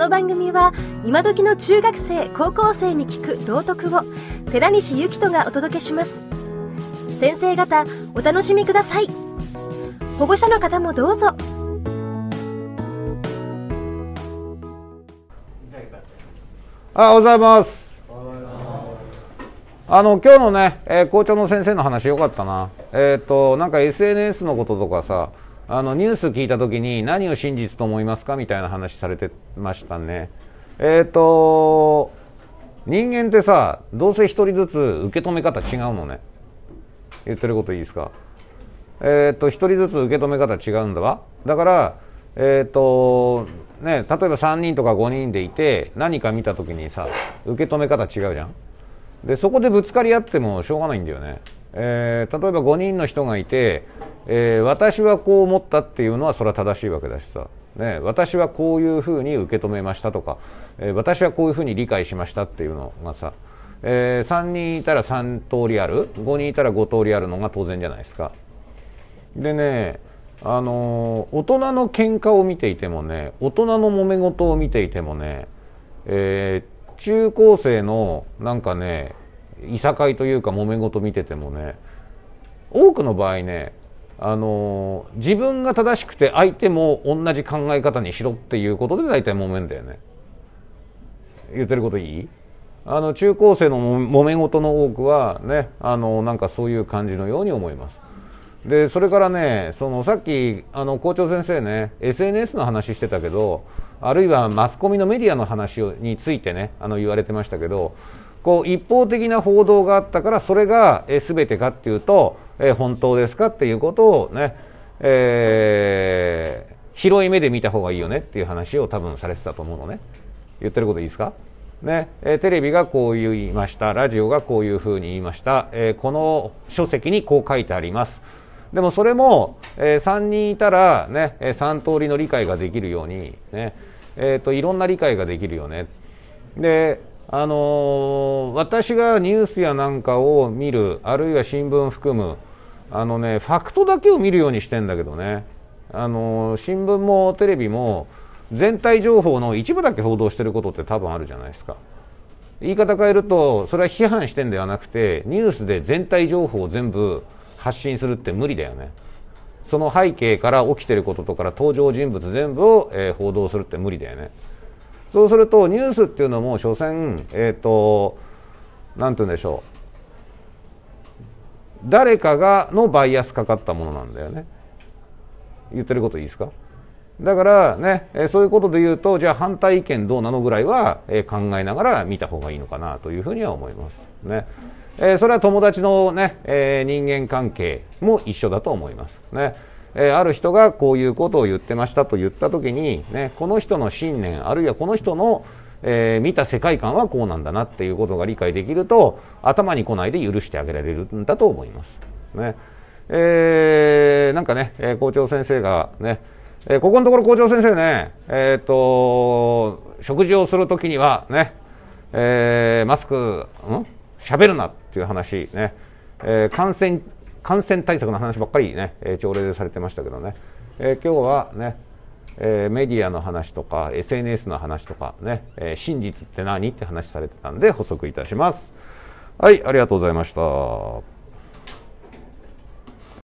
の番組は今時の中学生高校生に聞く道徳を寺西幸人がお届けします。先生方お楽しみください。保護者の方もどうぞ。 おはようございます。今日のね、校長の先生の話よかったな。なんか SNS のこととかさ、ニュース聞いたときに何を真実と思いますかみたいな話されてましたね。人間ってさ、どうせ一人ずつ受け止め方違うのね。言ってることいいですか？一人ずつ受け止め方違うんだわ。だから、例えば3人とか5人でいて何か見たときにさ、受け止め方違うじゃん。でそこでぶつかり合ってもしょうがないんだよね。例えば5人の人がいて、私はこう思ったっていうのはそれは正しいわけだしさ、ね、私はこういうふうに受け止めましたとか、私はこういうふうに理解しましたっていうのがさ、3人いたら3通りある、5人いたら5通りあるのが当然じゃないですか。でね、大人の喧嘩を見ていてもね、大人の揉め事を見ていてもね、中高生のなんかね、いさかいというか揉め事見ててもね、多くの場合ね、自分が正しくて相手も同じ考え方にしろっていうことで大体揉めんだよね。言ってることいい？中高生の揉め事の多くはね、なんかそういう感じのように思います。でそれからね、さっき校長先生ね SNS の話してたけど、あるいはマスコミのメディアの話についてね言われてましたけど、こう一方的な報道があったからそれが全てかっていうと、本当ですかっていうことをね、広い目で見た方がいいよねっていう話を多分されてたと思うのね。言ってることいいですかね。テレビがこう言いました、ラジオがこういうふうに言いました、この書籍にこう書いてあります。でもそれも、3人いたらね、3通りの理解ができるようにね、いろんな理解ができるよね。で私がニュースやなんかを見る、あるいは新聞含むファクトだけを見るようにしてんだけどね、新聞もテレビも全体情報の一部だけ報道してることって多分あるじゃないですか。言い方変えると、それは批判してんではなくて、ニュースで全体情報を全部発信するって無理だよね。その背景から起きてることとから登場人物全部を、報道するって無理だよね。そうするとニュースっていうのも所詮なんて言うんでしょう、誰かがのバイアスかかったものなんだよね。言ってることいいですか？だからね、そういうことで言うと、じゃあ反対意見どうなのぐらいは、考えながら見た方がいいのかなというふうには思いますね。それは友達のね、人間関係も一緒だと思いますね。ある人がこういうことを言ってましたと言ったときに、ね、この人の信念、あるいはこの人の、見た世界観はこうなんだなっていうことが理解できると、頭に来ないで許してあげられるんだと思いますね。なんかね、校長先生がね、ここのところ校長先生ね、食事をするときにはね、マスク喋るなっていう話ね、感染対策の話ばっかりね、朝礼でされてましたけどね、今日はね、メディアの話とか SNS の話とかね、真実って何って話されてたんで補足いたします。はい、ありがとうございました。